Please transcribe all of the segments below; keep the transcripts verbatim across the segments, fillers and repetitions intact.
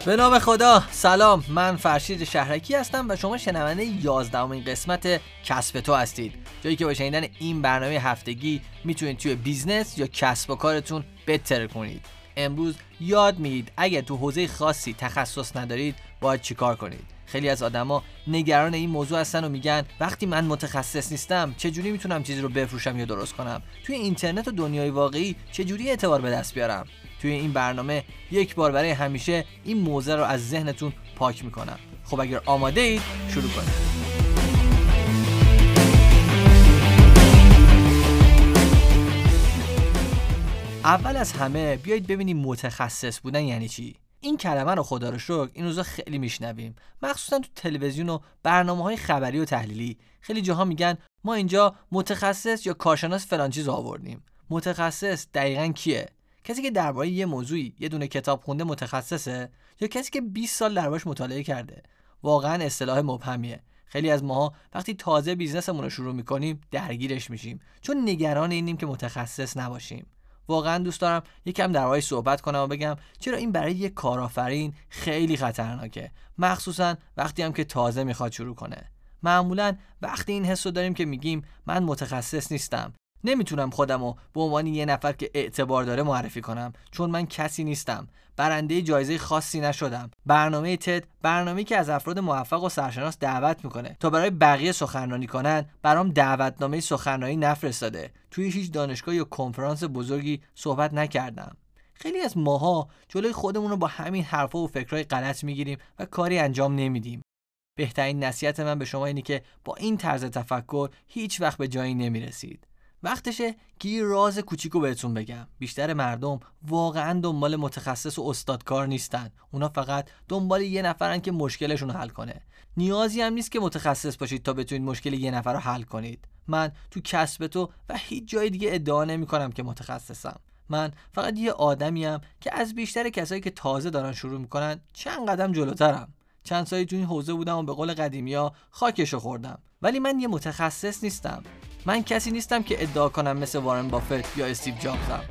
به نام خدا. سلام، من فرشید شهرکی هستم و شما شنونده یازدهمین قسمت کسب تو هستید، جایی که با شنیدن این برنامه هفتگی میتونید توی بیزنس یا کسب و کارتون بهتر کنید. امروز یاد میگیرید اگر تو حوزه خاصی تخصص ندارید باید چیکار کنید. خیلی از آدما نگران این موضوع هستن و میگن وقتی من متخصص نیستم چجوری میتونم چیزی رو بفروشم یا درست کنم؟ توی اینترنت و دنیای واقعی چجوری اعتبار به دست بیارم؟ توی این برنامه یک بار برای همیشه این موضوع رو از ذهنتون پاک میکنم. خب اگر آماده اید شروع کنید. اول از همه بیایید ببینیم متخصص بودن یعنی چی. این کلمه رو خدا رو شکر این روزا خیلی میشنویم، مخصوصا تو تلویزیون و برنامه‌های خبری و تحلیلی. خیلی جاها میگن ما اینجا متخصص یا کارشناس فلان چیز آوردیم. متخصص دقیقاً کیه؟ کسی که درباره یه موضوعی یه دونه کتاب خونده متخصصه، یا کسی که بیست سال دربارش مطالعه کرده؟ واقعاً اصطلاح مبهمیه. خیلی از ماها وقتی تازه بیزنسمون رو شروع می‌کنیم درگیرش میشیم، چون نگران اینیم که متخصص نباشیم. واقعا دوست دارم یکم درباره‌اش صحبت کنم و بگم چرا این برای یک کارآفرین خیلی خطرناکه، مخصوصا وقتی هم که تازه میخواد شروع کنه. معمولا وقتی این حسو داریم که میگیم من متخصص نیستم، نمیتونم خودمو به عنوان یه نفر که اعتبار داره معرفی کنم، چون من کسی نیستم، برنده جایزه خاصی نشدم. برنامه تد، برنامه‌ای که از افراد موفق و سرشناس دعوت میکنه تا برای بقیه سخنرانی کنن، برام دعوتنامه سخنرانی نفرستاده. توی هیچ دانشگاه یا کنفرانس بزرگی صحبت نکردم. خیلی از ماها جلوی خودمون رو با همین حرفا و فکرای غلط میگیریم و کاری انجام نمیدیم. بهترین نصیحت من به شما اینه که با این طرز تفکر هیچ وقت به جایی نمیرسید. وقتشه که یه راز کوچیکو بهتون بگم. بیشتر مردم واقعا دنبال متخصص و استادکار نیستن. اونا فقط دنبال یه نفرن که مشکلشون رو حل کنه. نیازی هم نیست که متخصص باشید تا بتونید مشکل یه نفر رو حل کنید. من تو کسب تو و هیچ جای دیگه ادعا نمی کنم که متخصصم. من فقط یه آدمیم که از بیشتر کسایی که تازه دارن شروع میکنن چند قدم جلوترم. چند سالی تو این حوزه بودم و به قول قدیمی‌ها خاکشو خوردم. ولی من یه متخصص نیستم. من کسی نیستم که ادعا کنم مثل وارن بافت یا استیو جابزم.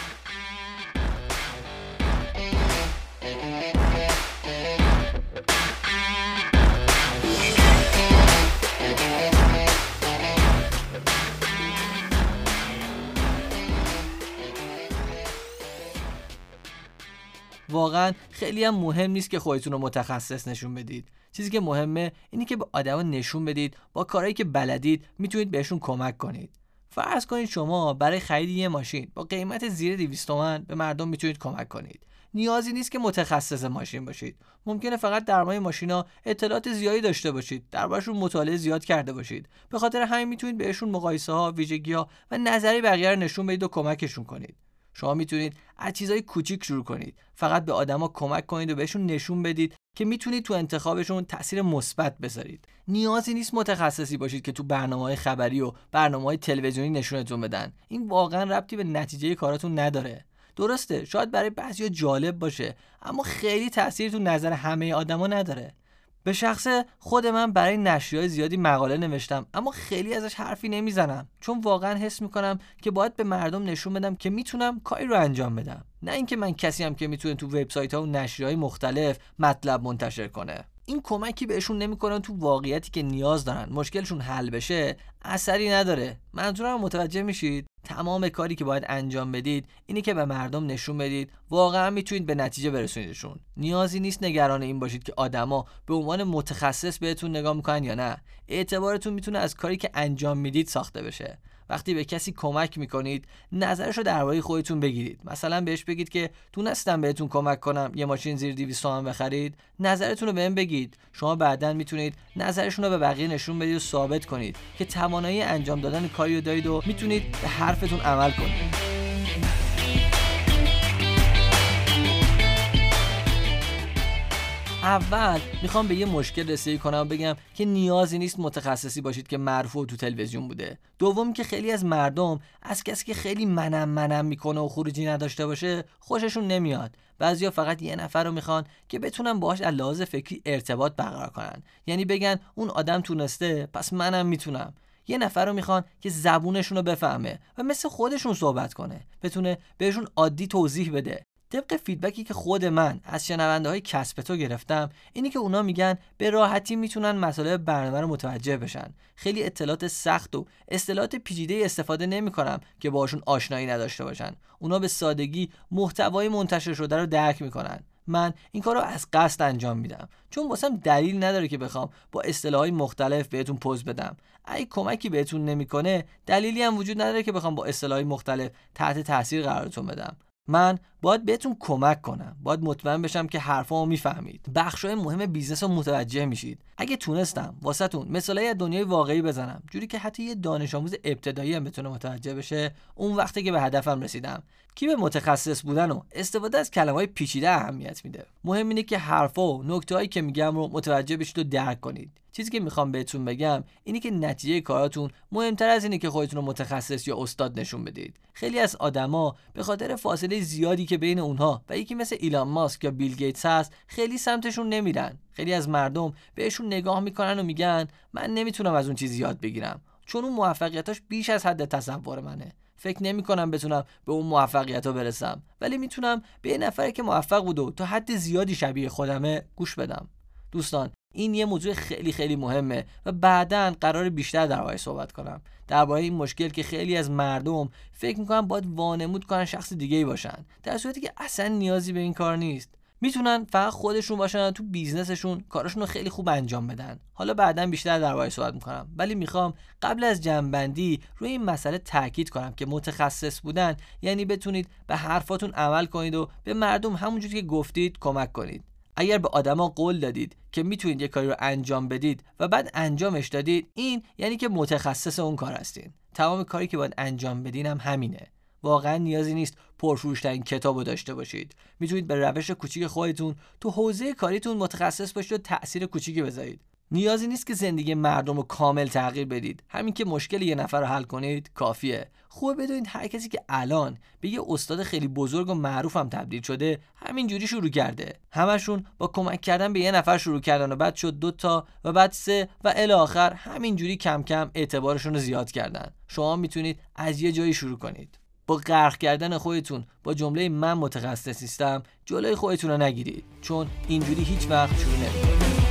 واقعا خیلی هم مهم نیست که خودتون رو متخصص نشون بدید. چیزی که مهمه اینه که به آدما نشون بدید با کارهایی که بلدید میتونید بهشون کمک کنید. فرض کنید شما برای خرید یه ماشین با قیمت زیر دویست تومن به مردم میتونید کمک کنید. نیازی نیست که متخصص ماشین باشید. ممکنه فقط درباره ماشینا اطلاعات زیادی داشته باشید، دربارشون مطالعه زیاد کرده باشید. به خاطر همین میتونید بهشون مقایسه‌ها، ویژگی‌ها و نظری بقیه رو نشون بدید و کمکشون کنید. شما میتونید از چیزای کوچیک شروع کنید. فقط به آدما کمک کنید و بهشون نشون بدید که میتونید تو انتخابشون تاثیر مثبت بذارید. نیازی نیست متخصصی باشید که تو برنامه‌های خبری و برنامه‌های تلویزیونی نشونتون بدن. این واقعا ربطی به نتیجه کاراتون نداره. درسته شاید برای بعضیا جالب باشه، اما خیلی تأثیری تو نظر همه آدما نداره. به شخصه خود من برای نشریه‌های زیادی مقاله نوشتم، اما خیلی ازش حرفی نمیزنم، چون واقعا حس میکنم که باید به مردم نشون بدم که میتونم کاری رو انجام بدم، نه اینکه من کسی ام که میتونه تو وبسایت‌ها و نشریه‌های مختلف مطلب منتشر کنه. این کمکی بهشون نمیکنه تو واقعیتی که نیاز دارن مشکلشون حل بشه اثری نداره. منظورم متوجه میشید؟ تمام کاری که باید انجام بدید اینی که به مردم نشون بدید واقعا میتونید به نتیجه برسونیدشون. نیازی نیست نگران این باشید که آدما به عنوان متخصص بهتون نگاه میکنن یا نه. اعتبارتون میتونه از کاری که انجام میدید ساخته بشه. وقتی به کسی کمک میکنید نظرشو درباره خودتون بگیرید. مثلا بهش بگید که تونستم بهتون کمک کنم یه ماشین زیر دویست تومن بخرید، نظرتون رو بهم بگید. شما بعداً میتونید نظرشون رو به بقیه نشون بدید و ثابت کنید که توانایی انجام دادن کاری رو دارید و میتونید به حرفتون عمل کنید. اول میخوام به یه مشکل رسیدگی کنم و بگم که نیازی نیست متخصصی باشید که مرفوع تو تلویزیون بوده. دوم که خیلی از مردم از کسی که خیلی منم منم میکنه و خروجی نداشته باشه خوششون نمیاد. بعضیا فقط یه نفر رو میخوان که بتونن باهاش از لحاظ فکری ارتباط برقرار کنن، یعنی بگن اون آدم تونسته پس منم میتونم. یه نفر رو میخوان که زبونشون رو بفهمه و مثل خودشون صحبت کنه، بتونه بهشون عادی توضیح بده. طبق فیدبکی که خود من از شنونده های کسب تو گرفتم اینی که اونا میگن به راحتی میتونن مطالب برنامه رو متوجه بشن. خیلی اطلاعات سخت و اصطلاحات پیچیده استفاده نمیکنم که باهاشون آشنایی نداشته باشن. اونا به سادگی محتوای منتشر شده رو درک میکنن. من این کارو از قصد انجام میدم چون واسم دلیل نداره که بخوام با اصطلاحات مختلف بهتون پوز بدم. اگه کمکی بهتون نمیکنه دلیلی هم وجود نداره که بخوام با اصطلاحات مختلف تحت تاثیر قرارتون بدم. من باید بهتون کمک کنم، باید مطمئن بشم که حرفامو میفهمید، بخشای مهم بیزنس رو متوجه میشید. اگه تونستم واسهتون مثالای از دنیای واقعی بزنم جوری که حتی یه دانش آموز ابتدایی هم بتونه متوجه بشه، اون وقتی که به هدفم رسیدم. کی به متخصص بودن و استفاده از کلمه‌های پیچیده اهمیت میده؟ مهم اینه که حرفا و نکته‌هایی که میگم رو متوجه بشید و درک کنید. چیزی که میخوام بهتون بگم اینی که نتیجه کاراتون مهمتر از اینه که خودتون رو متخصص یا استاد نشون بدید. خیلی از آدما به خاطر فاصله زیادی که بین اونها و یکی مثل ایلان ماسک یا بیل گیتس هست خیلی سمتشون نمیرن. خیلی از مردم بهشون نگاه میکنن و میگن من نمیتونم از اون چیزی یاد بگیرم چون اون موفقیتاش بیش از حد تصور منه. فکر نمی کنم بتونم به اون موفقیت ها برسم، ولی میتونم به یه نفری که موفق بود و تا حد زیادی شبیه خودمه گوش بدم. دوستان، این یه موضوع خیلی خیلی مهمه و بعداً قرار بیشتر درباره‌اش صحبت کنم، درباره این مشکل که خیلی از مردم فکر میکنن باید وانمود کنن شخص دیگه‌ای باشن، در صورتی که اصلا نیازی به این کار نیست. میتونن فقط خودشون باشن، تو بیزنسشون کاراشون رو خیلی خوب انجام بدن. حالا بعداً بیشتر درباره‌اش صحبت میکنم، ولی میخوام قبل از جمع‌بندی روی این مسئله تاکید کنم که متخصص بودن یعنی بتونید به حرفاتون عمل کنید و به مردم همونجوری که گفتید کمک کنید. اگر به آدما قول دادید که میتونید یه کاری رو انجام بدید و بعد انجامش دادید، این یعنی که متخصص اون کار هستین. تمام کاری که باید انجام بدین هم همینه. واقعا نیازی نیست پرفروش‌ترین کتابو داشته باشید. میتونید به روش کوچیک خودتون تو حوزه کاریتون متخصص باشید و تأثیر کوچیکی بذارید. نیازی نیست که زندگی مردم رو کامل تغییر بدید. همین که مشکل یه نفر رو حل کنید کافیه. خوبه بدونید هر کسی که الان به یه استاد خیلی بزرگ و معروف هم تبدیل شده همینجوری شروع کرده. همشون با کمک کردن به یه نفر شروع کردن و بعد شد دو تا و بعد سه و الی آخر همینجوری کم کم اعتبارشون رو زیاد کردن. شما میتونید از یه جایی شروع کنید. با غرق کردن خودتون با جمله من متخصص نیستم جلوی خودتون رو نگیرید، چون اینجوری هیچ وقت شروع نمی‌کنید.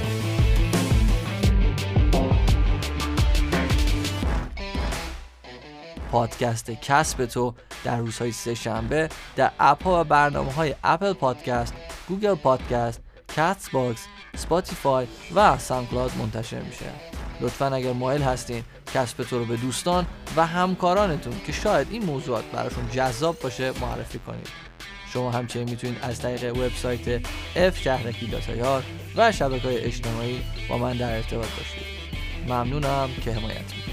پادکست کسب تو در روزهای سه شنبه در اپ‌ها و برنامه‌های اپل پادکست، گوگل پادکست، کست باکس، اسپاتیفای و ساوندکلاود منتشر میشه. لطفاً اگر مایل هستین کسب تو رو به دوستان و همکارانتون که شاید این موضوعات براشون جذاب باشه معرفی کنید. شما همچنین میتونید از طریق وبسایت اف شهرکی دات آی آر و شبکه‌های اجتماعی با من در ارتباط باشید. ممنونم که حمایت می‌کنید.